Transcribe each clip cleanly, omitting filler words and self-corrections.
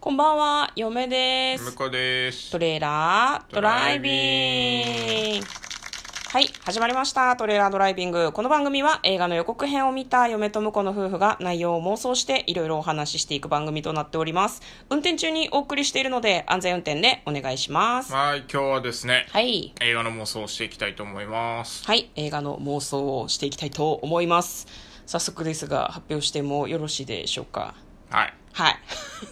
こんばんは、嫁です。 向こうです。 トレーラードライビング。はい、始まりました。トレーラードライビング。この番組は映画の予告編を見た嫁と婿の夫婦が内容を妄想していろいろお話ししていく番組となっております。運転中にお送りしているので安全運転でお願いします。 はい、今日はですね、 はい、 映画の妄想をしていきたいと思います。 はい、映画の妄想をしていきたいと思います。早速ですが発表してもよろしいでしょうか。 はい。 はい。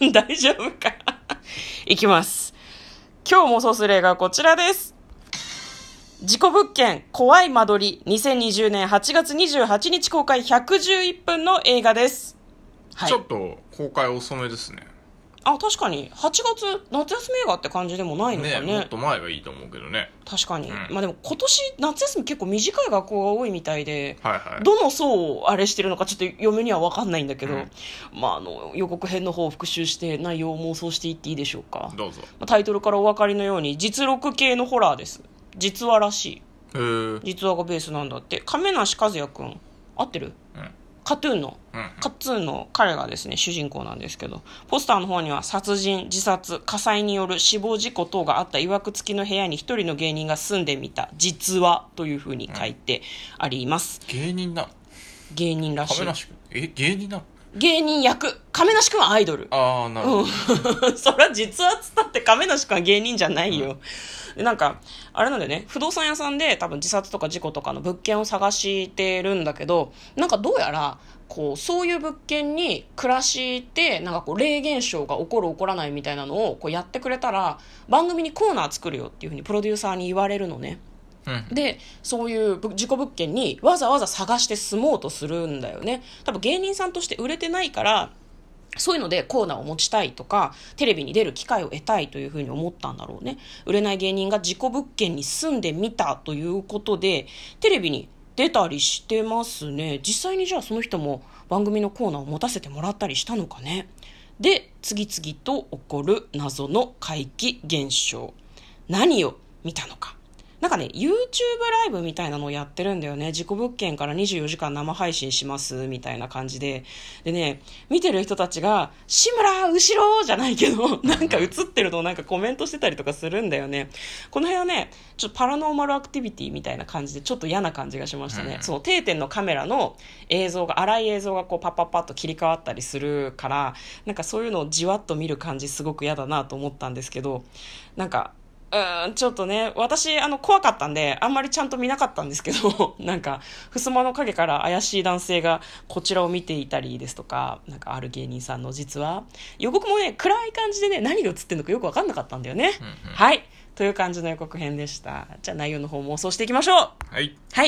大丈夫か。いきます。今日妄想する映画はこちらです。事故物件怖い間取り2020年8月28日公開111分の映画です。はい、 ちょっと公開遅めですね。 あ、確かに8月夏休み映画って感じでもないのかね。 もっと前がいいと思うけどね。 確かに、 うん、 まあでも今年夏休み結構短い学校が多いみたいで、 はいはい、 どの層をあれしてるのかちょっと嫁には分かんないんだけど、 まあ、予告編の方を復習して内容を妄想していっていいでしょうか。 どうぞ。 タイトルからお分かりのように実録系のホラーです。実話らしい。実話がベースなんだって。亀梨和也くん合ってる、カトゥーンの、カッツーンの彼がですね主人公なんですけど、ポスターの方には殺人、自殺、火災による死亡事故等があった曰く付きの部屋に一人の芸人が住んでみた実話というふうに書いてあります。 芸人なの？ 芸人らしい。 亀梨君芸人なの？ 芸人役。亀梨君はアイドル。 ああ、なるほど、 そりゃ実話っつったって亀梨君は芸人じゃないよ、でなんかあれなんだよね、不動産屋さんで多分自殺とか事故とかの物件を探してるんだけど、なんかどうやらこうそういう物件に暮らしてなんかこう霊現象が起こる起こらないみたいなのをこうやってくれたら番組にコーナー作るよっていうふうにプロデューサーに言われるのね。でそういう事故物件にわざわざ探して住もうとするんだよね。多分芸人さんとして売れてないからそういうのでコーナーを持ちたいとかテレビに出る機会を得たいというふうに思ったんだろうね。売れない芸人が事故物件に住んでみたということでテレビに出たりしてますね。実際にじゃあその人も番組のコーナーを持たせてもらったりしたのかね。で次々と起こる謎の怪奇現象、何を見たのか。なんかね YouTube ライブみたいなのをやってるんだよね。事故物件から24時間生配信しますみたいな感じで、でね見てる人たちが志村後ろじゃないけどなんか映ってるのをなんかコメントしてたりとかするんだよね。この辺はねちょっとパラノーマルアクティビティみたいな感じでちょっと嫌な感じがしましたね。その定点のカメラの映像が荒い映像がこうパッパッパッと切り替わったりするからなんかそういうのをじわっと見る感じすごく嫌だなと思ったんですけど、なんかちょっとね私怖かったんであんまりちゃんと見なかったんですけどなんか襖の陰から怪しい男性がこちらを見ていたりですとか、なんかある芸人さんの実は予告もね暗い感じでね何が映ってるのかよく分かんなかったんだよね、はいという感じの予告編でした。じゃあ内容の方妄想していきましょう。 はいはい。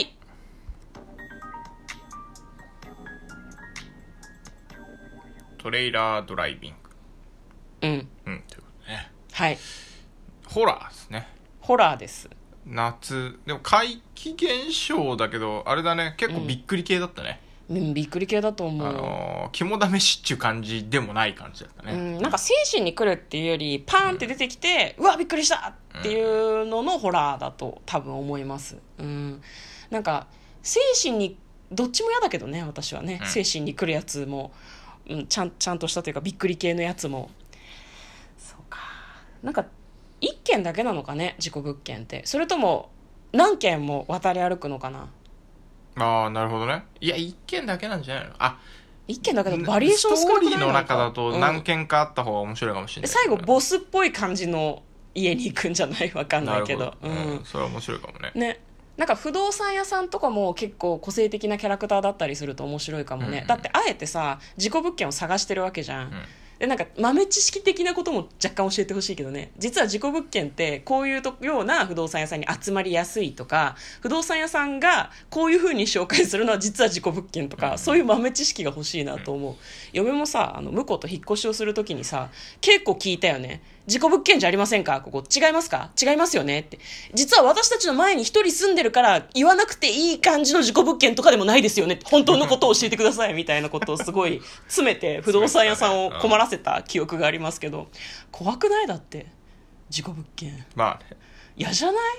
トレーラードライビング。ということでね。 はい。 ホラーですね。 ホラーです。 夏でも怪奇現象だけどあれだね、結構びっくり系だったね。 びっくり系だと思う。 肝試しっていう感じでもない感じだったね。 なんか精神に来るっていうよりパーンって出てきて、うわびっくりしたっていうののホラーだと多分思います。なんか精神にどっちも嫌だけどね私はね、精神に来るやつも、ちゃんとしたというかびっくり系のやつも。そうか、なんか1軒だけなのかね事故物件って。それとも何軒も渡り歩くのかな。 ああなるほどね。いや1軒だけなんじゃないの。 1軒だけだとバリエーション少なくないのか。 ストーリーの中だと何軒かあった方が面白いかもしれない、 最後ボスっぽい感じの家に行くんじゃない？わかんないけど、 それは面白いかもね。 なんか不動産屋さんとかも結構個性的なキャラクターだったりすると面白いかもね、だってあえてさ事故物件を探してるわけじゃん、でなんか豆知識的なことも若干教えてほしいけどね。実は事故物件ってこういうような不動産屋さんに集まりやすいとか、不動産屋さんがこういう風に紹介するのは実は事故物件とか、そういう豆知識が欲しいなと思う。嫁もさ向こうと引っ越しをするときにさ結構聞いたよね。事故物件じゃありませんか、ここ違いますか、違いますよねって。実は私たちの前に一人住んでるから言わなくていい感じの事故物件とかでもないですよねって、本当のことを教えてくださいみたいなことをすごい詰めて不動産屋さんを困らせた記憶がありますけど、怖くない？だって事故物件まあね。 嫌じゃない？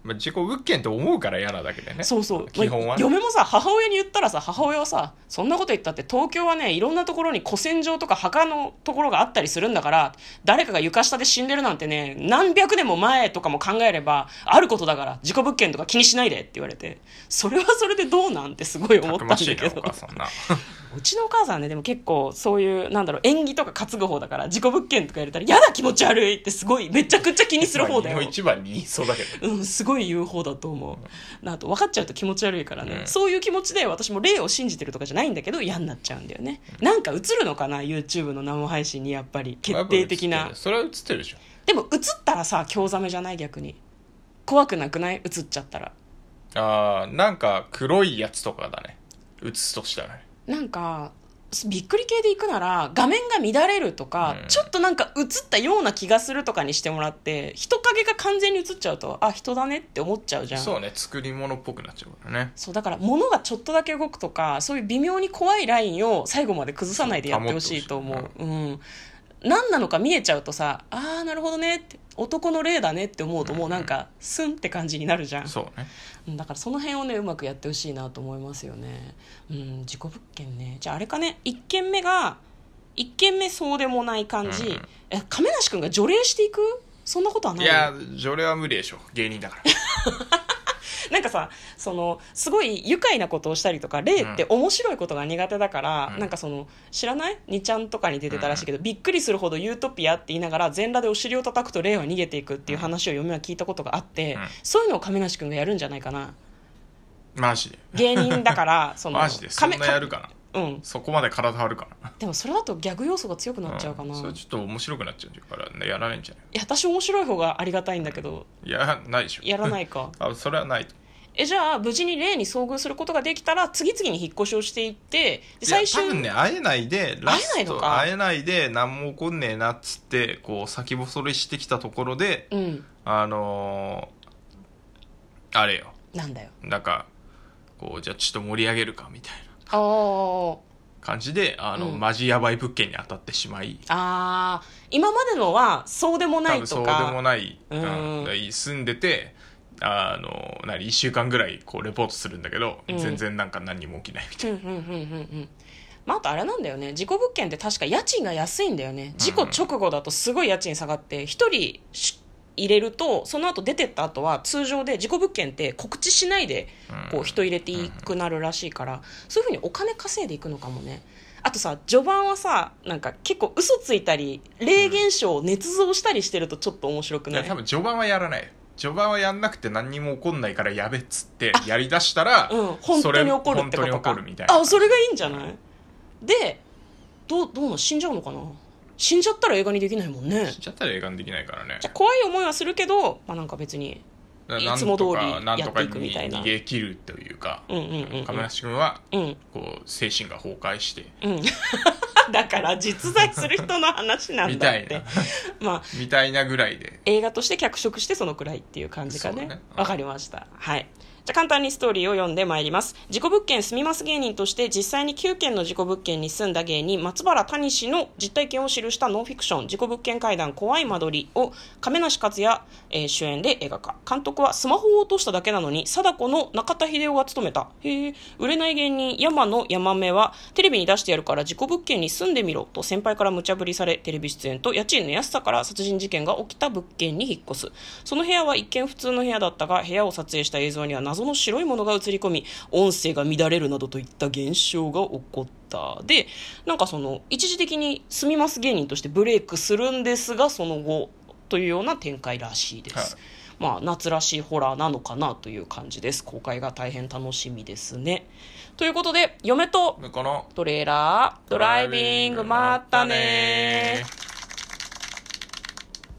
まあ、事故物件って思うから嫌なだけでね。 そうそう、 基本は、ね、 嫁もさ母親に言ったらさ、母親はさ、そんなこと言ったって東京はねいろんなところに古戦場とか墓のところがあったりするんだから、誰かが床下で死んでるなんてね、何百年も前とかも考えればあることだから、事故物件とか気にしないでって言われて、それはそれでどうなんってすごい思ったんだけど。 たくましいなお母さんなうちのお母さんね、でも結構そういうなんだろう、演技とか担ぐ方だから、事故物件とかやれたらやだ気持ち悪いってすごいめちゃくちゃ気にする方だよ。 一番に言いそうだけど、 うん、すごい言う方だと思う。あと分かっちゃうと気持ち悪いからね、そういう気持ちで私も霊を信じてるとかじゃないんだけど嫌になっちゃうんだよね。なんか映るのかな YouTube の生配信に、やっぱり決定的な。 それは映ってるでしょ。 でも映ったらさ興ざめじゃない？逆に怖くなくない？映っちゃったら。 なんか黒いやつとかだね、映すとしたらね。 なんかびっくり系で行くなら画面が乱れるとか、ちょっとなんか映ったような気がするとかにしてもらって、人影が完全に映っちゃうと、あ、人だねって思っちゃうじゃん。 そうね、作り物っぽくなっちゃうからね。 そうだから物がちょっとだけ動くとか、そういう微妙に怖いラインを最後まで崩さないでやってほしいと思う。何なのか見えちゃうとさ、あーなるほどねって、男の霊だねって思うともうなんかスンって感じになるじゃん。 そうね。 だからその辺をねうまくやってほしいなと思いますよね。事故物件ね。じゃああれかね、1軒目そうでもない感じ、亀梨君が除霊していく、そんなことはない？ いや除霊は無理でしょ、芸人だからなんかさ、そのすごい愉快なことをしたりとか、霊って面白いことが苦手だから、なんかその知らない？2ちゃんとかに出てたらしいけど、びっくりするほどユートピアって言いながら全裸でお尻を叩くと霊は逃げていくっていう話を嫁は聞いたことがあって、そういうのを亀梨君がやるんじゃないかな。 マジで芸人だからそのマジでそんなやるかな。そこまで体張るかな。 でもそれだとギャグ要素が強くなっちゃうかな。 それちょっと面白くなっちゃうから、ね、やらないんじゃない？ いや私面白い方がありがたいんだけど。 ないでしょ。 やらないかそれはないと。 じゃあ無事に霊に遭遇することができたら次々に引っ越しをしていって、で最終多分ね会えないで会えないで何も起こんねえなっつってこう先細りしてきたところで、あれよ、 なんだよ、 なんかこうじゃあちょっと盛り上げるかみたいな感じでマジヤバい物件に当たってしまい、 今までのはそうでもないとか、 多分そうでもない、住んでて1週間ぐらいこうレポートするんだけど、全然なんか何も起きないみたいな。 あとあれなんだよね、事故物件って確か家賃が安いんだよね。事故直後だとすごい家賃下がって、1人入れるとその後出てった後は通常で事故物件って告知しないでこう人入れていくなるらしいから、そういう風にお金稼いでいくのかもね。あとさ、序盤はさ、なんか結構嘘ついたり霊現象を捏造したりしてるとちょっと面白くない？ 多分序盤はやらないよ。序盤はやんなくて何にも起こんないからやべっつってやりだしたら、 本当に起こるってことか。 本当に起こるみたいな。 それがいいんじゃない？でどうの死んじゃうのかな。死んじゃったら映画にできないもんね。 死んじゃったら映画にできないからね。 じゃ怖い思いはするけど、なんか別にいつも通りやっていくみたいな。 逃げ切るというか、亀梨君はこう精神が崩壊して、 だから実在する人の話なんだってみたいなぐらいで映画として脚色してそのくらいっていう感じかね。わかりました。はい。じゃあ簡単にストーリーを読んでまいります。事故物件住みます芸人として実際に9件の事故物件に住んだ芸人松原谷氏の実体験を記したノンフィクション事故物件怪談怖い間取りを亀梨和也、主演で映画化。監督はスマホを落としただけなのに貞子の中田秀夫が務めた。売れない芸人山野山目はテレビに出してやるから事故物件に住んでみろと先輩から無茶ぶりされ、テレビ出演と家賃の安さから殺人事件が起きた物件に引っ越す。その部屋は一見普通の部屋だったが、部屋を撮影した映像には謎の白いものが映り込み、音声が乱れるなどといった現象が起こった。で、なんかその一時的に住みます芸人としてブレイクするんですが、その後というような展開らしいです。夏らしいホラーなのかなという感じです。公開が大変楽しみですね。ということで、嫁とトレーラードライビング、まったね。